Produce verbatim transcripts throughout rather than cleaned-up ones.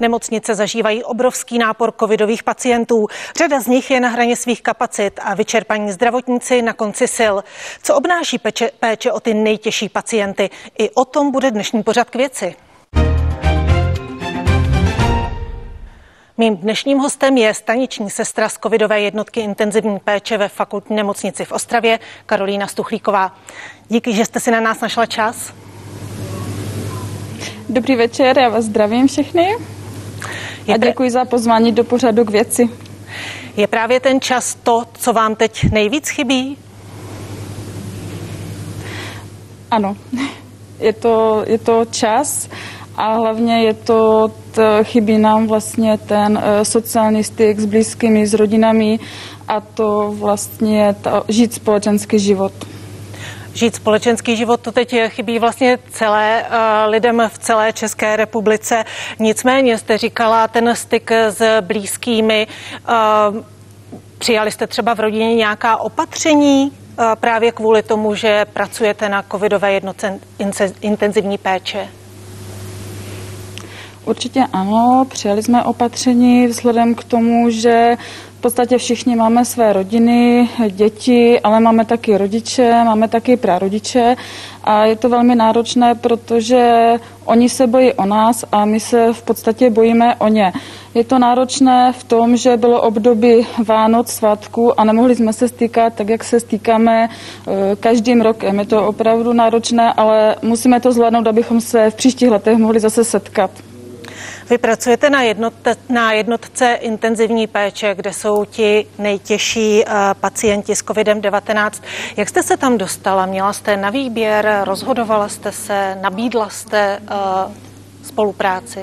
Nemocnice zažívají obrovský nápor covidových pacientů. Řada z nich je na hraně svých kapacit a vyčerpaní zdravotníci na konci sil. Co obnáší péče, péče o ty nejtěžší pacienty? I o tom bude dnešní pořad K věci. Mým dnešním hostem je staniční sestra z covidové jednotky intenzivní péče ve Fakultní nemocnici v Ostravě Karolína Stuchlíková. Díky, že jste si na nás našla čas. Dobrý večer, já vás zdravím všechny a děkuji za pozvání do pořadu K věci. Je právě ten čas to, co vám teď nejvíc chybí? Ano, je to, je to čas a hlavně je to, t, chybí nám vlastně ten uh, sociální styk s blízkými, s rodinami a to vlastně ta, žít společenský život. Žít společenský život, to teď chybí vlastně celé uh, lidem v celé České republice. Nicméně jste říkala ten styk s blízkými. Uh, přijali jste třeba v rodině nějaká opatření uh, právě kvůli tomu, že pracujete na covidové jednotce intenzivní péče? Určitě ano, přijali jsme opatření vzhledem k tomu, že v podstatě všichni máme své rodiny, děti, ale máme taky rodiče, máme taky prarodiče a je to velmi náročné, protože oni se bojí o nás a my se v podstatě bojíme o ně. Je to náročné v tom, že bylo období Vánoc, svátků a nemohli jsme se stýkat tak, jak se stýkáme každým rokem. Je to opravdu náročné, ale musíme to zvládnout, abychom se v příštích letech mohli zase setkat. Vy pracujete na, jednotce, na jednotce intenzivní péče, kde jsou ti nejtěžší uh, pacienti s covidem devatenáct. Jak jste se tam dostala? Měla jste na výběr, rozhodovala jste se, nabídla jste uh, spolupráci?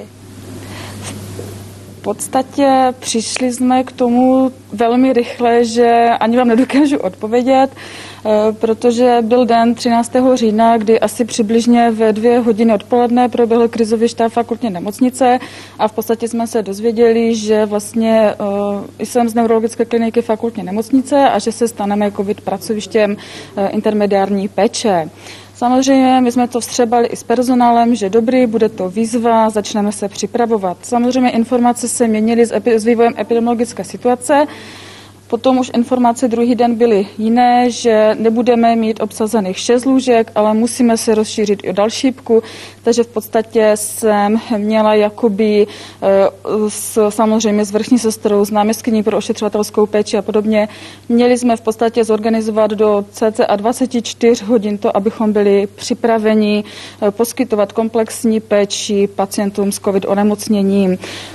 V podstatě přišli jsme k tomu velmi rychle, že ani vám nedokážu odpovědět, protože byl den třináctého října, kdy asi přibližně ve dvě hodiny odpoledne proběhl krizový štáb fakultní nemocnice a v podstatě jsme se dozvěděli, že vlastně uh, jsem z neurologické kliniky fakultní nemocnice a že se staneme covid pracovištěm uh, intermediární péče. Samozřejmě my jsme to vstřebali i s personálem, že dobrý, bude to výzva, začneme se připravovat. Samozřejmě informace se měnily s, epi- s vývojem epidemiologické situace. Potom už informace druhý den byly jiné, že nebudeme mít obsazených šest lůžek, ale musíme se rozšířit i o další šípku, takže v podstatě jsem měla jakoby s, samozřejmě s vrchní sestrou, s náměstkyní pro ošetřovatelskou péči a podobně. Měli jsme v podstatě zorganizovat do cca dvacet čtyři hodin to, abychom byli připraveni poskytovat komplexní péči pacientům s covid onemocněním.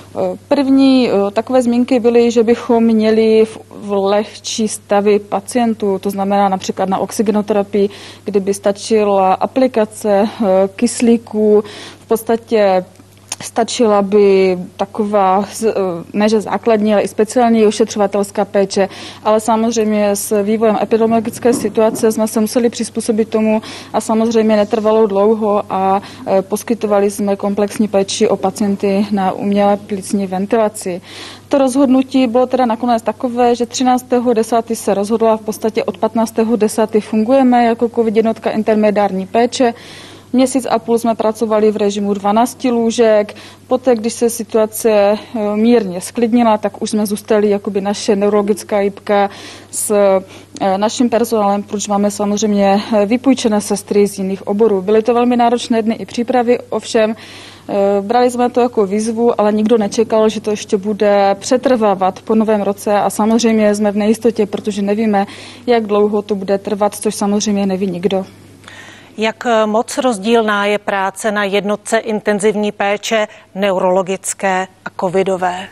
První takové zmínky byly, že bychom měli v lehčí stavy pacientů, to znamená například na oxygenoterapii, kdyby stačila aplikace kyslíku, v podstatě stačila by taková, ne že základní, ale i speciální ošetřovatelská péče, ale samozřejmě s vývojem epidemiologické situace jsme se museli přizpůsobit tomu a samozřejmě netrvalo dlouho a poskytovali jsme komplexní péči o pacienty na umělé plicní ventilaci. To rozhodnutí bylo teda nakonec takové, že třináctého desátého se rozhodla, v podstatě od patnáctého desátého fungujeme jako covid jednotka intermediární péče. Měsíc a půl jsme pracovali v režimu dvanáct lůžek, poté, když se situace mírně sklidnila, tak už jsme zůstali jakoby naše neurologická jipka s naším personálem, protože máme samozřejmě vypůjčené sestry z jiných oborů. Byly to velmi náročné dny i přípravy, ovšem brali jsme to jako výzvu, ale nikdo nečekal, že to ještě bude přetrvávat po novém roce a samozřejmě jsme v nejistotě, protože nevíme, jak dlouho to bude trvat, což samozřejmě neví nikdo. Jak moc rozdílná je práce na jednotce intenzivní péče neurologické a covidové?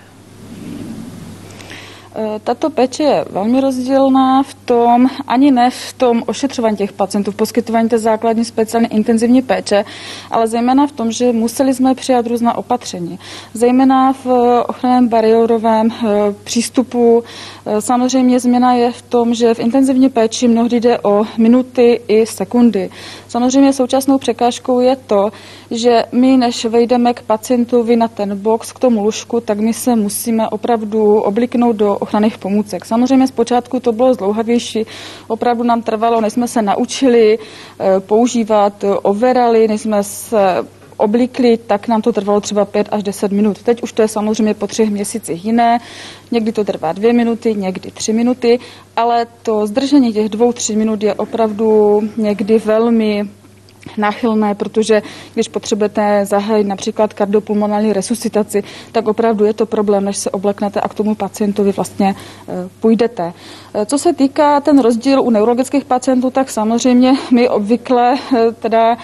Tato péče je velmi rozdílná v tom, ani ne v tom ošetřování těch pacientů, v poskytování té základní speciální intenzivní péče, ale zejména v tom, že museli jsme přijat různá opatření. Zejména v ochranném bariérovém přístupu. Samozřejmě změna je v tom, že v intenzivní péči mnohdy jde o minuty i sekundy. Samozřejmě současnou překážkou je to, že my, než vejdeme k pacientovi na ten box, k tomu lůžku, tak my se musíme opravdu obliknout do ochranných pomůcek. Samozřejmě zpočátku to bylo zdlouhavější, opravdu nám trvalo, než jsme se naučili používat overally, než jsme se oblíkli, tak nám to trvalo třeba pět až deset minut. Teď už to je samozřejmě po třech měsících jiné, někdy to trvá dvě minuty, někdy tři minuty, ale to zdržení těch dvou, tři minut je opravdu někdy velmi náchylné, protože když potřebujete zahájit například kardiopulmonální resuscitaci, tak opravdu je to problém, než se obleknete a k tomu pacientovi vlastně půjdete. Co se týká ten rozdíl u neurologických pacientů, tak samozřejmě my obvykle teda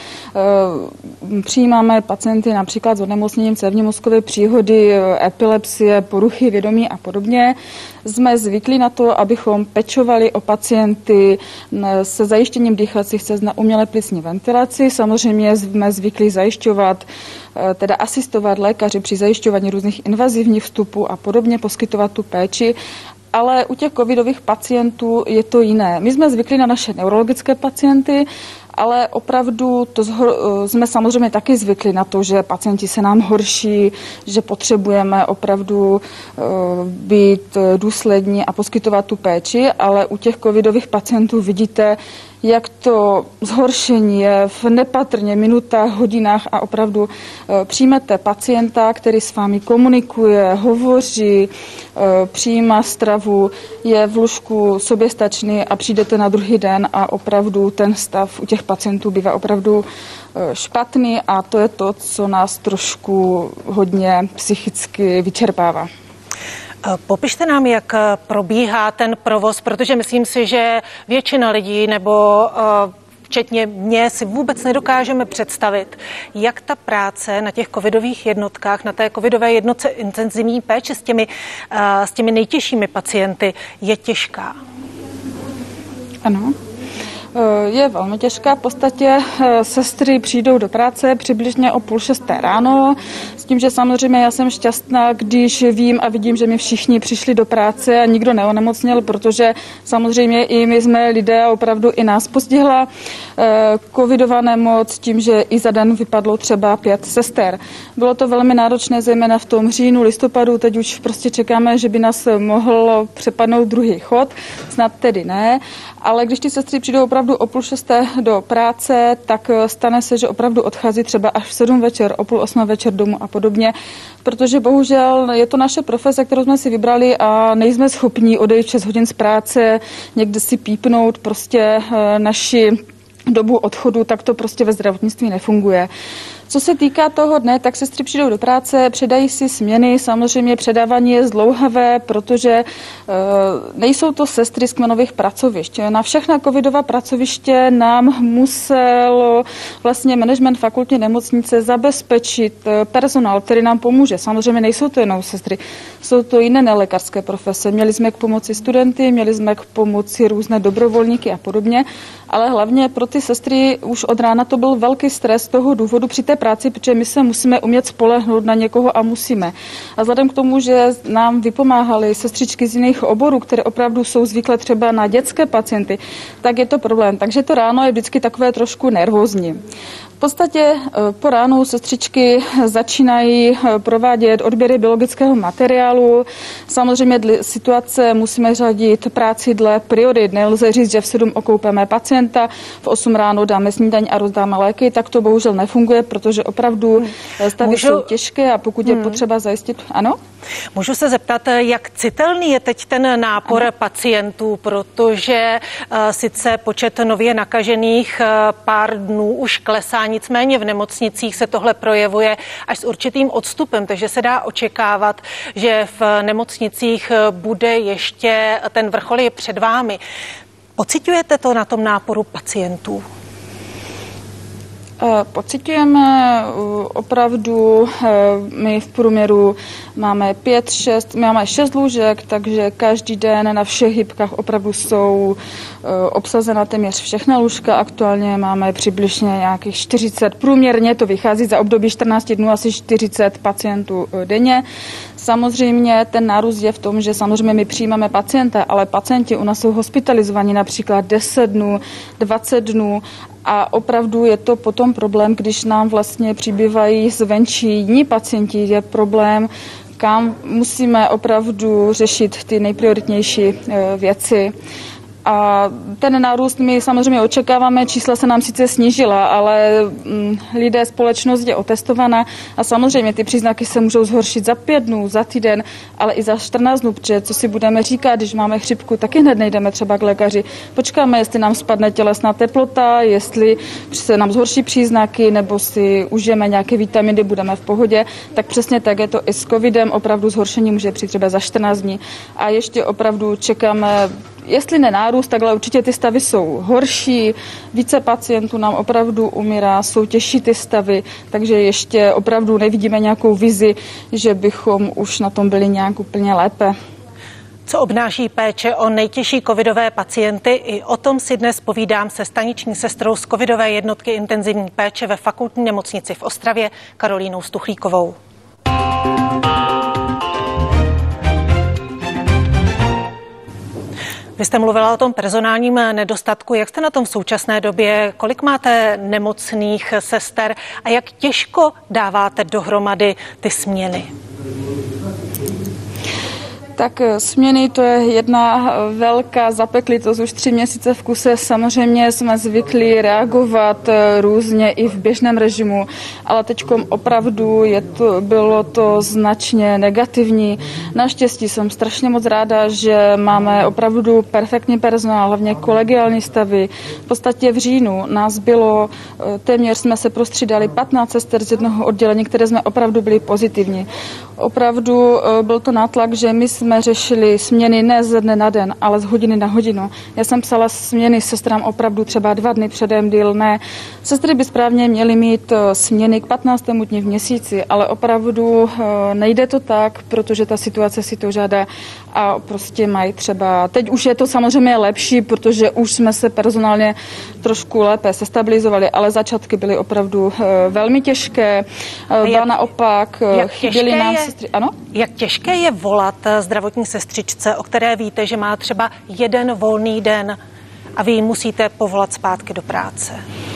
přijímáme pacienty například s onemocněním cévní mozkové příhody, epilepsie, poruchy vědomí a podobně. Jsme zvyklí na to, abychom pečovali o pacienty se zajištěním dýchacích cest na umělé plicní ventilaci. Samozřejmě jsme zvyklí zajišťovat, teda asistovat lékaři při zajišťování různých invazivních vstupů a podobně, poskytovat tu péči. Ale u těch covidových pacientů je to jiné. My jsme zvyklí na naše neurologické pacienty, ale opravdu to zhor, jsme samozřejmě taky zvykli na to, že pacienti se nám horší, že potřebujeme opravdu uh, být důslední a poskytovat tu péči, ale u těch covidových pacientů vidíte, jak to zhoršení je v nepatrně minutách, hodinách a opravdu uh, přijmete pacienta, který s vámi komunikuje, hovoří, uh, přijímá stravu, je v lůžku soběstačný a přijdete na druhý den a opravdu ten stav u těch pacientů bývá opravdu špatný a to je to, co nás trošku hodně psychicky vyčerpává. Popište nám, jak probíhá ten provoz, protože myslím si, že většina lidí nebo včetně mě si vůbec nedokážeme představit, jak ta práce na těch covidových jednotkách, na té covidové jednotce intenzivní péče s těmi, s těmi nejtěžšími pacienty je těžká. Ano. Je velmi těžká. V podstatě sestry přijdou do práce přibližně o půl šesté ráno, s tím, že samozřejmě já jsem šťastná, když vím a vidím, že mi všichni přišli do práce a nikdo neonemocněl, protože samozřejmě i my jsme lidé a opravdu i nás postihla covidová nemoc, tím, že i za den vypadlo třeba pět sester. Bylo to velmi náročné, zejména v tom říjnu, listopadu, teď už prostě čekáme, že by nás mohlo přepadnout druhý chod, snad tedy ne, ale když ty sestry přijdou opravdu o půl šesté do práce, tak stane se, že opravdu odchází třeba až v sedm večer, o půl osmé večer domů a podobně, protože bohužel je to naše profese, kterou jsme si vybrali a nejsme schopni odejít šest hodin z práce, někde si pípnout prostě naši dobu odchodu, tak to prostě ve zdravotnictví nefunguje. Co se týká toho dne, tak sestry přijdou do práce, předají si směny, samozřejmě předávání je zdlouhavé, protože e, nejsou to sestry z kmenových pracovišť. Na všechna covidová pracoviště nám musel vlastně management fakultní nemocnice zabezpečit personál, který nám pomůže. Samozřejmě nejsou to jenom sestry, jsou to jiné nelékařské profese. Měli jsme k pomoci studenty, měli jsme k pomoci různé dobrovolníky a podobně, ale hlavně pro ty sestry už od rána to byl velký stres z toho důvodu při té práci, protože my se musíme umět spolehnout na někoho a musíme. A vzhledem k tomu, že nám vypomáhaly sestřičky z jiných oborů, které opravdu jsou zvyklé třeba na dětské pacienty, tak je to problém. Takže to ráno je vždycky takové trošku nervózní. V podstatě po ránu sestřičky začínají provádět odběry biologického materiálu. Samozřejmě dle situace musíme řadit práci dle priorit. Nelze říct, že v sedm okoupeme pacienta, v osm ráno dáme snídaň a rozdáme léky, tak to bohužel nefunguje, protože opravdu stavy Můžu... jsou těžké a pokud je hmm. potřeba zajistit, ano? Můžu se zeptat, jak citelný je teď ten nápor ano. pacientů, protože uh, sice počet nově nakažených uh, pár dnů už klesá, nicméně v nemocnicích se tohle projevuje až s určitým odstupem, takže se dá očekávat, že v nemocnicích bude ještě, ten vrchol je před vámi. Pociťujete to na tom náporu pacientů? Pociťujeme opravdu, my v průměru máme pět, šest, my máme šest lůžek, takže každý den na všech hybkách opravdu jsou obsazena téměř všechna lůžka. Aktuálně máme přibližně nějakých čtyřicet, průměrně to vychází za období čtrnáct dnů asi čtyřicet pacientů denně. Samozřejmě ten nárůst je v tom, že samozřejmě my přijímáme pacienta, ale pacienti u nás jsou hospitalizovaní například deset dnů, dvacet dnů a opravdu je to potom problém, když nám vlastně přibývají zvenčí jiní pacienti, je problém, kam musíme opravdu řešit ty nejprioritnější věci. A ten nárůst my samozřejmě očekáváme, čísla se nám sice snížila, ale lidé, společnost je otestovaná a samozřejmě ty příznaky se můžou zhoršit za pět dnů, za týden, ale i za čtrnáct dnů, protože co si budeme říkat, když máme chřipku, taky hned nejdeme třeba k lékaři. Počkáme, jestli nám spadne tělesná teplota, jestli se nám zhorší příznaky, nebo si užijeme nějaké vitaminy, budeme v pohodě, tak přesně tak je to i s covidem, opravdu zhoršení může přijít třeba za čtrnáct dní. A ještě opravdu čekáme, jestli ne nárůst, takhle určitě ty stavy jsou horší, více pacientů nám opravdu umírá, jsou těžší ty stavy, takže ještě opravdu nevidíme nějakou vizi, že bychom už na tom byli nějak úplně lépe. Co obnáší péče o nejtěžší covidové pacienty? I o tom si dnes povídám se staniční sestrou z covidové jednotky intenzivní péče ve Fakultní nemocnici v Ostravě Karolínou Stuchlíkovou. Vy jste mluvila o tom personálním nedostatku. Jak jste na tom v současné době? Kolik máte nemocných sester a jak těžko dáváte dohromady ty směny? Tak směny, to je jedna velká zapeklitost už tři měsíce v kuse. Samozřejmě jsme zvykli reagovat různě i v běžném režimu, ale teďkom opravdu je to, bylo to značně negativní. Naštěstí jsem strašně moc ráda, že máme opravdu perfektní personál, hlavně kolegiální stavy. V podstatě v říjnu nás bylo, téměř jsme se prostřídali patnáct sester z jednoho oddělení, které jsme opravdu byli pozitivní. Opravdu byl to nátlak, že my jsme řešili směny ne ze dne na den, ale z hodiny na hodinu. Já jsem psala směny sestrám opravdu třeba dva dny předem, díl ne. Sestry by správně měly mít směny k patnáctému dni v měsíci, ale opravdu nejde to tak, protože ta situace si to žádá a prostě mají třeba, teď už je to samozřejmě lepší, protože už jsme se personálně trošku lépe sestabilizovali, ale začátky byly opravdu velmi těžké, ba naopak, chyběly nám je, sestry. Ano? Jak těžké je volat zdravotní sestřičce, o které víte, že má třeba jeden volný den a vy ji musíte povolat zpátky do práce?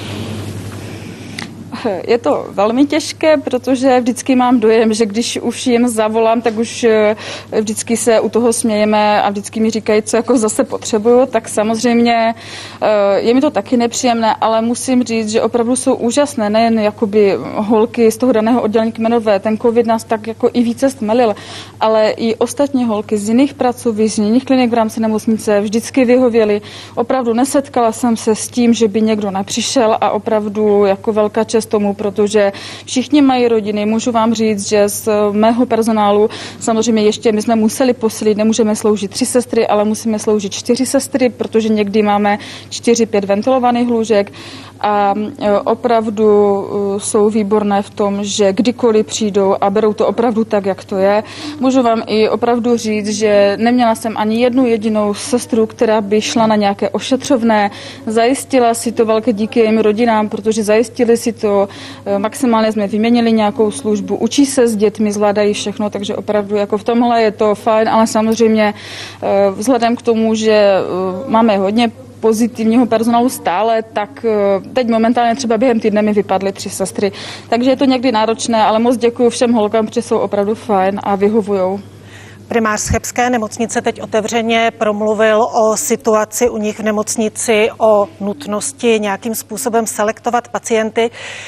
Je to velmi těžké, protože vždycky mám dojem, že když už jim zavolám, tak už vždycky se u toho smějeme a vždycky mi říkají, co jako zase potřebuju, tak samozřejmě je mi to taky nepříjemné, ale musím říct, že opravdu jsou úžasné, nejen jakoby holky z toho daného oddělení kmenové, ten covid nás tak jako i více stmelil, ale i ostatní holky z jiných pracovišť, z jiných klinik v rámci nemocnice vždycky vyhověly. Opravdu nesetkala jsem se s tím, že by někdo nepřišel a opravdu jako velká čest tomu, protože všichni mají rodiny. Můžu vám říct, že z mého personálu samozřejmě ještě my jsme museli posílit, nemůžeme sloužit tři sestry, ale musíme sloužit čtyři sestry, protože někdy máme čtyři, pět ventilovaných lůžek a opravdu jsou výborné v tom, že kdykoliv přijdou a berou to opravdu tak, jak to je. Můžu vám i opravdu říct, že neměla jsem ani jednu jedinou sestru, která by šla na nějaké ošetřovné, zajistila si to velké díky jejím rodinám, protože zajistili si to, maximálně jsme vyměnili nějakou službu, učí se s dětmi, zvládají všechno, takže opravdu jako v tomhle je to fajn, ale samozřejmě vzhledem k tomu, že máme hodně pozitivního personálu stále, tak teď momentálně třeba během týdne mi vypadly tři sestry. Takže je to někdy náročné, ale moc děkuji všem holkám, protože jsou opravdu fajn a vyhovujou. Primář Chebské nemocnice teď otevřeně promluvil o situaci u nich v nemocnici, o nutnosti nějakým způsobem selektovat pacienty.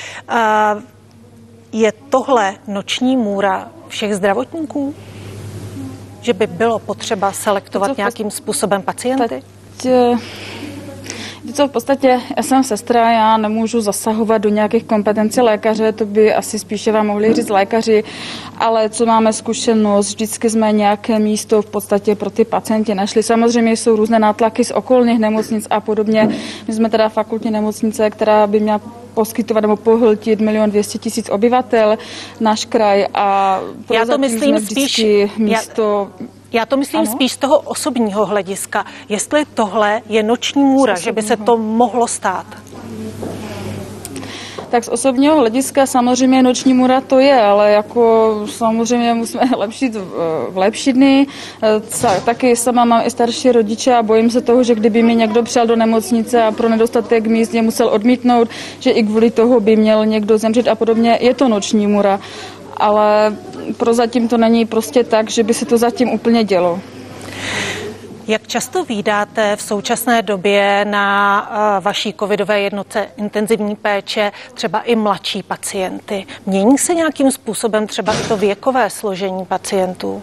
Je tohle noční můra všech zdravotníků? Že by bylo potřeba selektovat nějakým způsobem pacienty? Teď, co v podstatě, já jsem sestra, já nemůžu zasahovat do nějakých kompetencí lékaře, to by asi spíše vám mohli říct lékaři, ale co máme zkušenost, vždycky jsme nějaké místo v podstatě pro ty pacienty našli. Samozřejmě jsou různé nátlaky z okolních nemocnic a podobně. My jsme teda fakultní nemocnice, která by měla poskytovat nebo pohltit milion dvě stě tisíc obyvatel, náš kraj a já to myslím spíš místo... Já... Já to myslím ano? spíš z toho osobního hlediska. Jestli tohle je noční můra, že by se to mohlo stát? Tak z osobního hlediska samozřejmě noční můra to je, ale jako samozřejmě musíme lepšit v lepší dny. Taky sama mám i starší rodiče a bojím se toho, že kdyby mi někdo přijel do nemocnice a pro nedostatek míst mě musel odmítnout, že i kvůli toho by měl někdo zemřít a podobně, je to noční můra. Ale prozatím to není prostě tak, že by se to zatím úplně dělo. Jak často vídáte v současné době na vaší covidové jednotce intenzivní péče třeba i mladší pacienty? Mění se nějakým způsobem třeba i to věkové složení pacientů?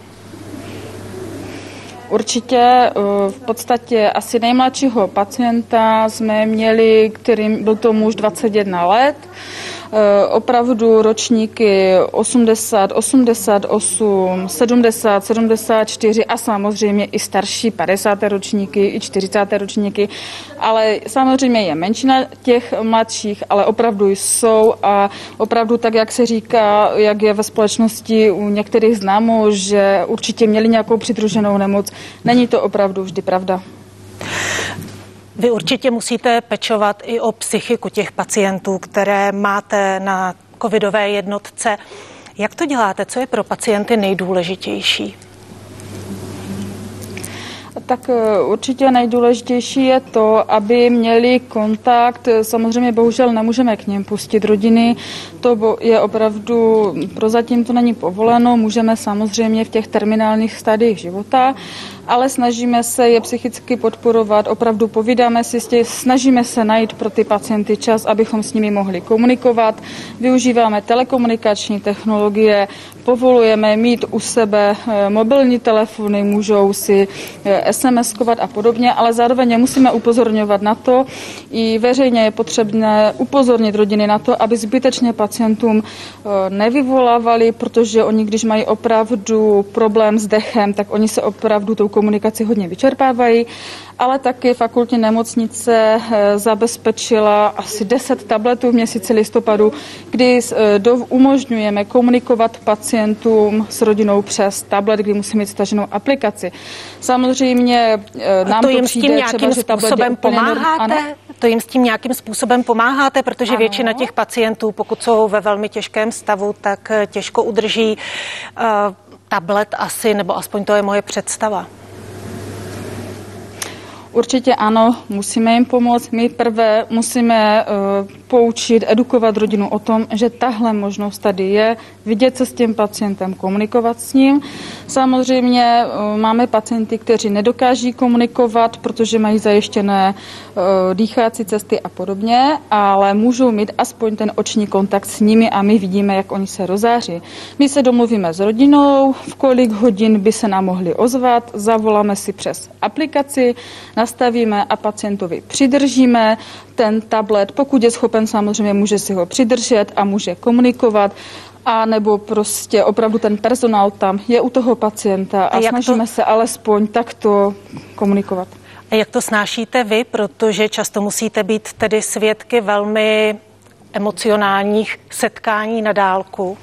Určitě v podstatě asi nejmladšího pacienta jsme měli, kterým byl to muž dvacet jedna let, opravdu ročníky osmdesát, osmdesát osm, sedmdesát, sedmdesát čtyři a samozřejmě i starší padesáté ročníky, i čtyřicáté ročníky, ale samozřejmě je menšina těch mladších, ale opravdu jsou a opravdu tak, jak se říká, jak je ve společnosti u některých známo, že určitě měli nějakou přidruženou nemoc, není to opravdu vždy pravda. Vy určitě musíte pečovat i o psychiku těch pacientů, které máte na covidové jednotce. Jak to děláte? Co je pro pacienty nejdůležitější? Tak určitě nejdůležitější je to, aby měli kontakt. Samozřejmě bohužel nemůžeme k nim pustit rodiny. To je opravdu, prozatím to není povoleno. Můžeme samozřejmě v těch terminálních stadiích života, ale snažíme se je psychicky podporovat. Opravdu povídáme si, snažíme se najít pro ty pacienty čas, abychom s nimi mohli komunikovat. Využíváme telekomunikační technologie, povolujeme mít u sebe mobilní telefony, můžou si SMSkovat a podobně, ale zároveň musíme upozorňovat na to, i veřejně je potřebné upozornit rodiny na to, aby zbytečně pacientům nevyvolávali, protože oni, když mají opravdu problém s dechem, tak oni se opravdu tou komunikaci hodně vyčerpávají, ale taky fakultní nemocnice zabezpečila asi deset tabletů v měsíci listopadu, kdy umožňujeme komunikovat pacientům s rodinou přes tablet, kdy musí mít staženou aplikaci. Samozřejmě nám to, to jim přijde s tím nějakým třeba, že tablet způsobem pomáháte? To jim s tím nějakým způsobem pomáháte, protože ano. Většina těch pacientů, pokud jsou ve velmi těžkém stavu, tak těžko udrží uh, tablet asi, nebo aspoň to je moje představa. Určitě ano, musíme jim pomoct. My prvé musíme uh, poučit, edukovat rodinu o tom, že tahle možnost tady je, vidět se s tím pacientem, komunikovat s ním. Samozřejmě uh, máme pacienty, kteří nedokáží komunikovat, protože mají zajištěné uh, dýchací cesty a podobně, ale můžou mít aspoň ten oční kontakt s nimi a my vidíme, jak oni se rozáří. My se domluvíme s rodinou, v kolik hodin by se nám mohli ozvat, zavoláme si přes aplikaci, nastavíme a pacientovi přidržíme ten tablet. Pokud je schopen, samozřejmě může si ho přidržet a může komunikovat, a nebo prostě opravdu ten personál tam je u toho pacienta a, a snažíme to... se alespoň takto komunikovat. A jak to snášíte vy, protože často musíte být tedy svědky velmi emocionálních setkání na dálku?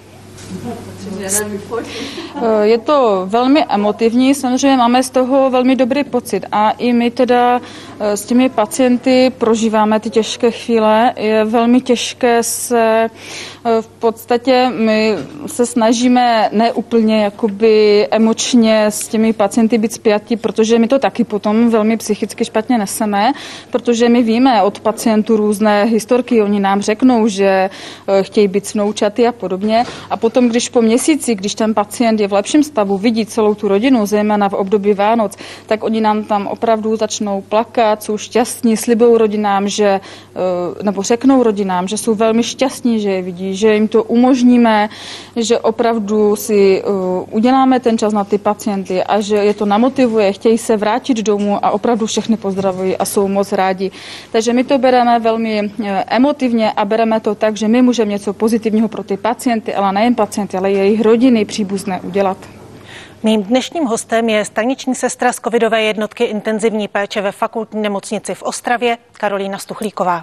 Je to velmi emotivní, samozřejmě máme z toho velmi dobrý pocit a i my teda s těmi pacienty prožíváme ty těžké chvíle. Je velmi těžké se v podstatě, my se snažíme neúplně jakoby emočně s těmi pacienty být spjatí, protože my to taky potom velmi psychicky špatně neseme, protože my víme od pacientů různé historky, oni nám řeknou, že chtějí být vnoučaty a podobně a potom, když po měsíci, když ten pacient je v lepším stavu, vidí celou tu rodinu, zejména v období Vánoc, tak oni nám tam opravdu začnou plakat, jsou šťastní, slibují rodinám, že, nebo řeknou rodinám, že jsou velmi šťastní, že je vidí, že jim to umožníme, že opravdu si uděláme ten čas na ty pacienty a že je to namotivuje, chtějí se vrátit domů a opravdu všechny pozdravují a jsou moc rádi. Takže my to bereme velmi emotivně a bereme to tak, že my můžeme něco pozitivního pro ty pacienty, ale nejen pacienty, ale jejich rodiny příbuzné udělat. Mým dnešním hostem je staniční sestra z covidové jednotky intenzivní péče ve fakultní nemocnici v Ostravě Karolína Stuchlíková.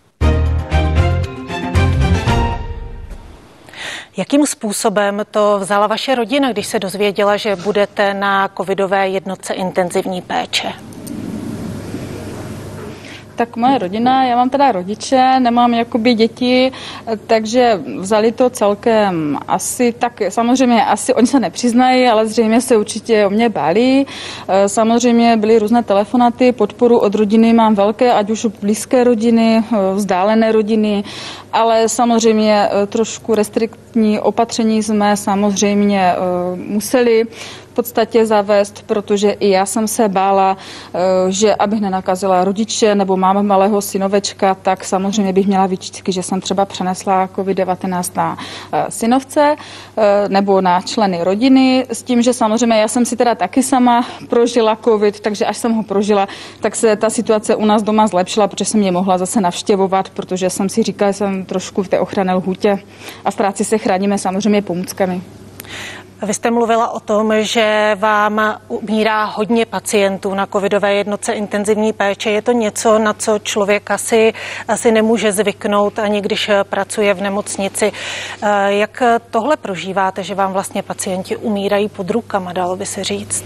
Jakým způsobem to vzala vaše rodina, když se dozvěděla, že budete na covidové jednotce intenzivní péče? Tak moje rodina, já mám teda rodiče, nemám jakoby děti, takže vzali to celkem asi tak, samozřejmě asi oni se nepřiznají, ale zřejmě se určitě o mě bálí. Samozřejmě byly různé telefonaty, podporu od rodiny mám velké, ať už blízké rodiny, vzdálené rodiny, ale samozřejmě trošku restriktní opatření jsme samozřejmě museli podstatě zavést, protože i já jsem se bála, že abych nenakazila rodiče nebo mám malého synovečka, tak samozřejmě bych měla výčitky, že jsem třeba přenesla covid devatenáct na synovce nebo na členy rodiny, s tím, že samozřejmě já jsem si teda taky sama prožila covid, takže až jsem ho prožila, tak se ta situace u nás doma zlepšila, protože jsem mě mohla zase navštěvovat, protože jsem si říkala, že jsem trošku v té ochranné lhůtě a v práci se chráníme samozřejmě pomůckami. Vy jste mluvila o tom, že vám umírá hodně pacientů na covidové jednotce intenzivní péče. Je to něco, na co člověk asi, asi nemůže zvyknout, ani když pracuje v nemocnici. Jak tohle prožíváte, že vám vlastně pacienti umírají pod rukama, dalo by se říct?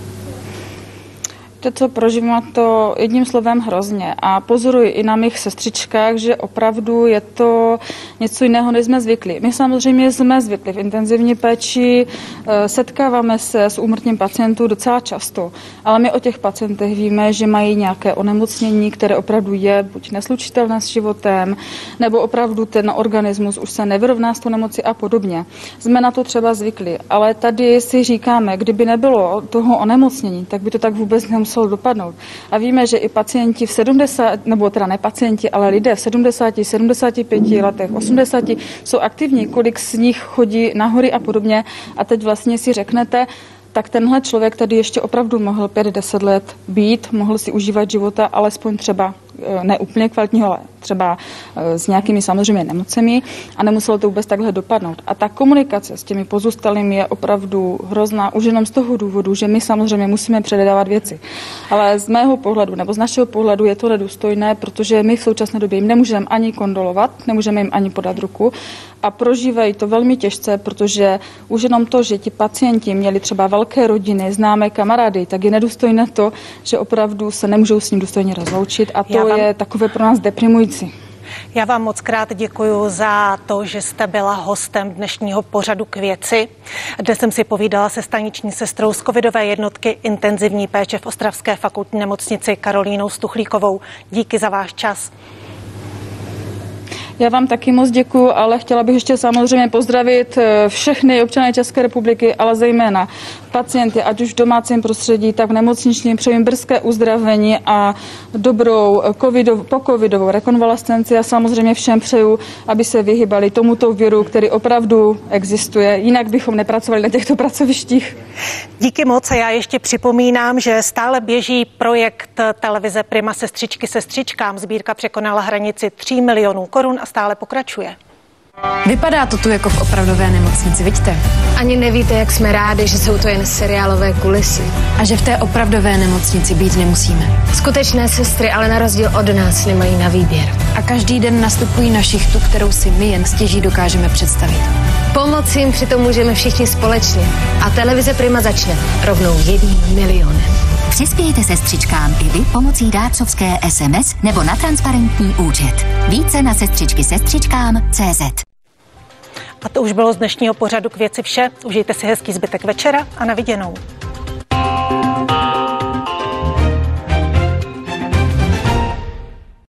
To, co prožívám, to jedním slovem hrozně. A pozoruji i na mých sestřičkách, že opravdu je to něco jiného, než jsme zvykli. My samozřejmě jsme zvykli v intenzivní péči, setkáváme se s úmrtím pacientů docela často, ale my o těch pacientech víme, že mají nějaké onemocnění, které opravdu je buď neslučitelné s životem, nebo opravdu ten organismus už se nevyrovná s tou nemocí a podobně. Jsme na to třeba zvykli, ale tady si říkáme, kdyby nebylo toho onemocnění, tak by to tak vůbec nemuselo dopadnout. A víme, že i pacienti v sedmdesáti, nebo teda ne pacienti, ale lidé v sedmdesáti, sedmdesáti pěti letech, osmdesáti jsou aktivní, kolik z nich chodí na hory a podobně. A teď vlastně si řeknete, tak tenhle člověk tady ještě opravdu mohl pět deset let být, mohl si užívat života, alespoň třeba ne úplně kvalitního, ale třeba s nějakými samozřejmě nemocemi a nemuselo to vůbec takhle dopadnout. A ta komunikace s těmi pozůstalými je opravdu hrozná už jenom z toho důvodu, že my samozřejmě musíme předávat věci. Ale z mého pohledu nebo z našeho pohledu je to nedůstojné, protože my v současné době jim nemůžeme ani kondolovat, nemůžeme jim ani podat ruku a prožívají to velmi těžce, protože už jenom to, že ti pacienti měli třeba velké rodiny, známé kamarády, tak je nedůstojné to, že opravdu se nemůžou s ním důstojně rozloučit a to vám... je takové pro nás deprimující. Já vám moc krát děkuji za to, že jste byla hostem dnešního pořadu K věci. Dnes jsem si povídala se staniční sestrou z covidové jednotky intenzivní péče v ostravské fakultní nemocnici Karolínou Stuchlíkovou. Díky za váš čas. Já vám taky moc děkuju, ale chtěla bych ještě samozřejmě pozdravit všechny občany České republiky, ale zejména pacienty, ať už v domácím prostředí, tak v nemocničním. Přeji jim brzké uzdravení a dobrou covidov, pocovidovou rekonvalescenci a samozřejmě všem přeju, aby se vyhýbali tomuto viru, který opravdu existuje. Jinak bychom nepracovali na těchto pracovištích. Díky moc a já ještě připomínám, že stále běží projekt televize Prima Sestřičky sestřičkám. Sbírka překonala hranici tří milionů korun a stále pokračuje. Vypadá to tu jako v opravdové nemocnici, vidíte? Ani nevíte, jak jsme rádi, že jsou to jen seriálové kulisy. A že v té opravdové nemocnici být nemusíme. Skutečné sestry ale na rozdíl od nás nemají na výběr. A každý den nastupují na šichtu, kterou si my jen stěží dokážeme představit. Pomoci jim přitom můžeme všichni společně. A televize Prima začne rovnou jedním milionem. Přispějte sestřičkám i vy pomocí dárcovské es em es nebo na transparentní účet. Více na sestřičky sestřičkám tečka cé zet. A to už bylo z dnešního pořadu K věci vše. Užijte si hezký zbytek večera a na viděnou.